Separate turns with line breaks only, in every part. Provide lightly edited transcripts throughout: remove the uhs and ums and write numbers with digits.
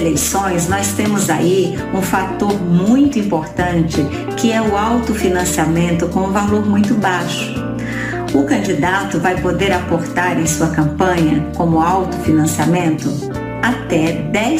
eleições, nós temos aí um fator muito importante, que é o autofinanciamento com um valor muito baixo. O candidato vai poder aportar em sua campanha, como autofinanciamento, até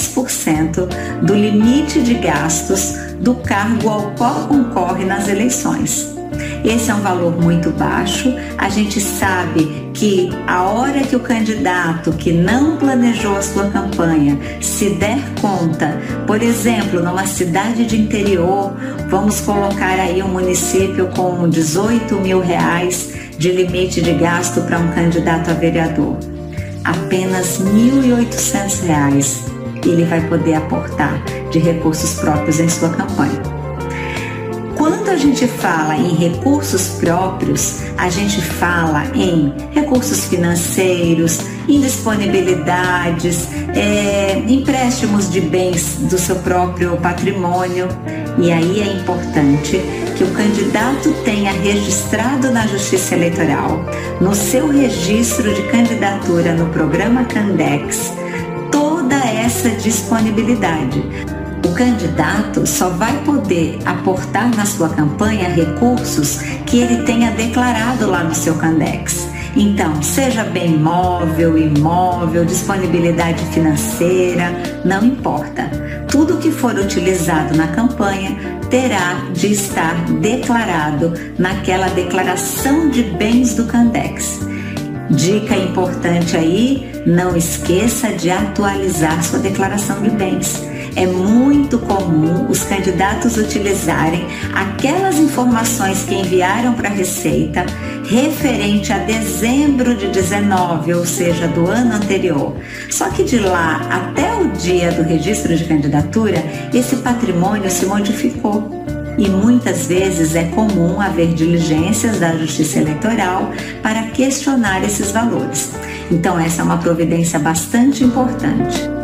10% do limite de gastos do cargo ao qual concorre nas eleições. Esse é um valor muito baixo. A gente sabe que a hora que o candidato que não planejou a sua campanha se der conta, por exemplo, numa cidade de interior, vamos colocar aí um município com 18 mil reais de limite de gasto para um candidato a vereador. Apenas R$ 1.800 ele vai poder aportar de recursos próprios em sua campanha. Quando a gente fala em recursos próprios, a gente fala em recursos financeiros, em disponibilidades, empréstimos de bens do seu próprio patrimônio. E aí é importante que o candidato tenha registrado na Justiça Eleitoral, no seu registro de candidatura no programa Candex, toda essa disponibilidade. O candidato só vai poder aportar na sua campanha recursos que ele tenha declarado lá no seu Candex. Então, seja bem móvel, imóvel, disponibilidade financeira, não importa. Tudo que for utilizado na campanha terá de estar declarado naquela declaração de bens do Candex. Dica importante aí, não esqueça de atualizar sua declaração de bens. É muito comum os candidatos utilizarem aquelas informações que enviaram para a Receita referente a dezembro de 19, ou seja, do ano anterior. Só que de lá até o dia do registro de candidatura, esse patrimônio se modificou. E muitas vezes é comum haver diligências da Justiça Eleitoral para questionar esses valores. Então, essa é uma providência bastante importante.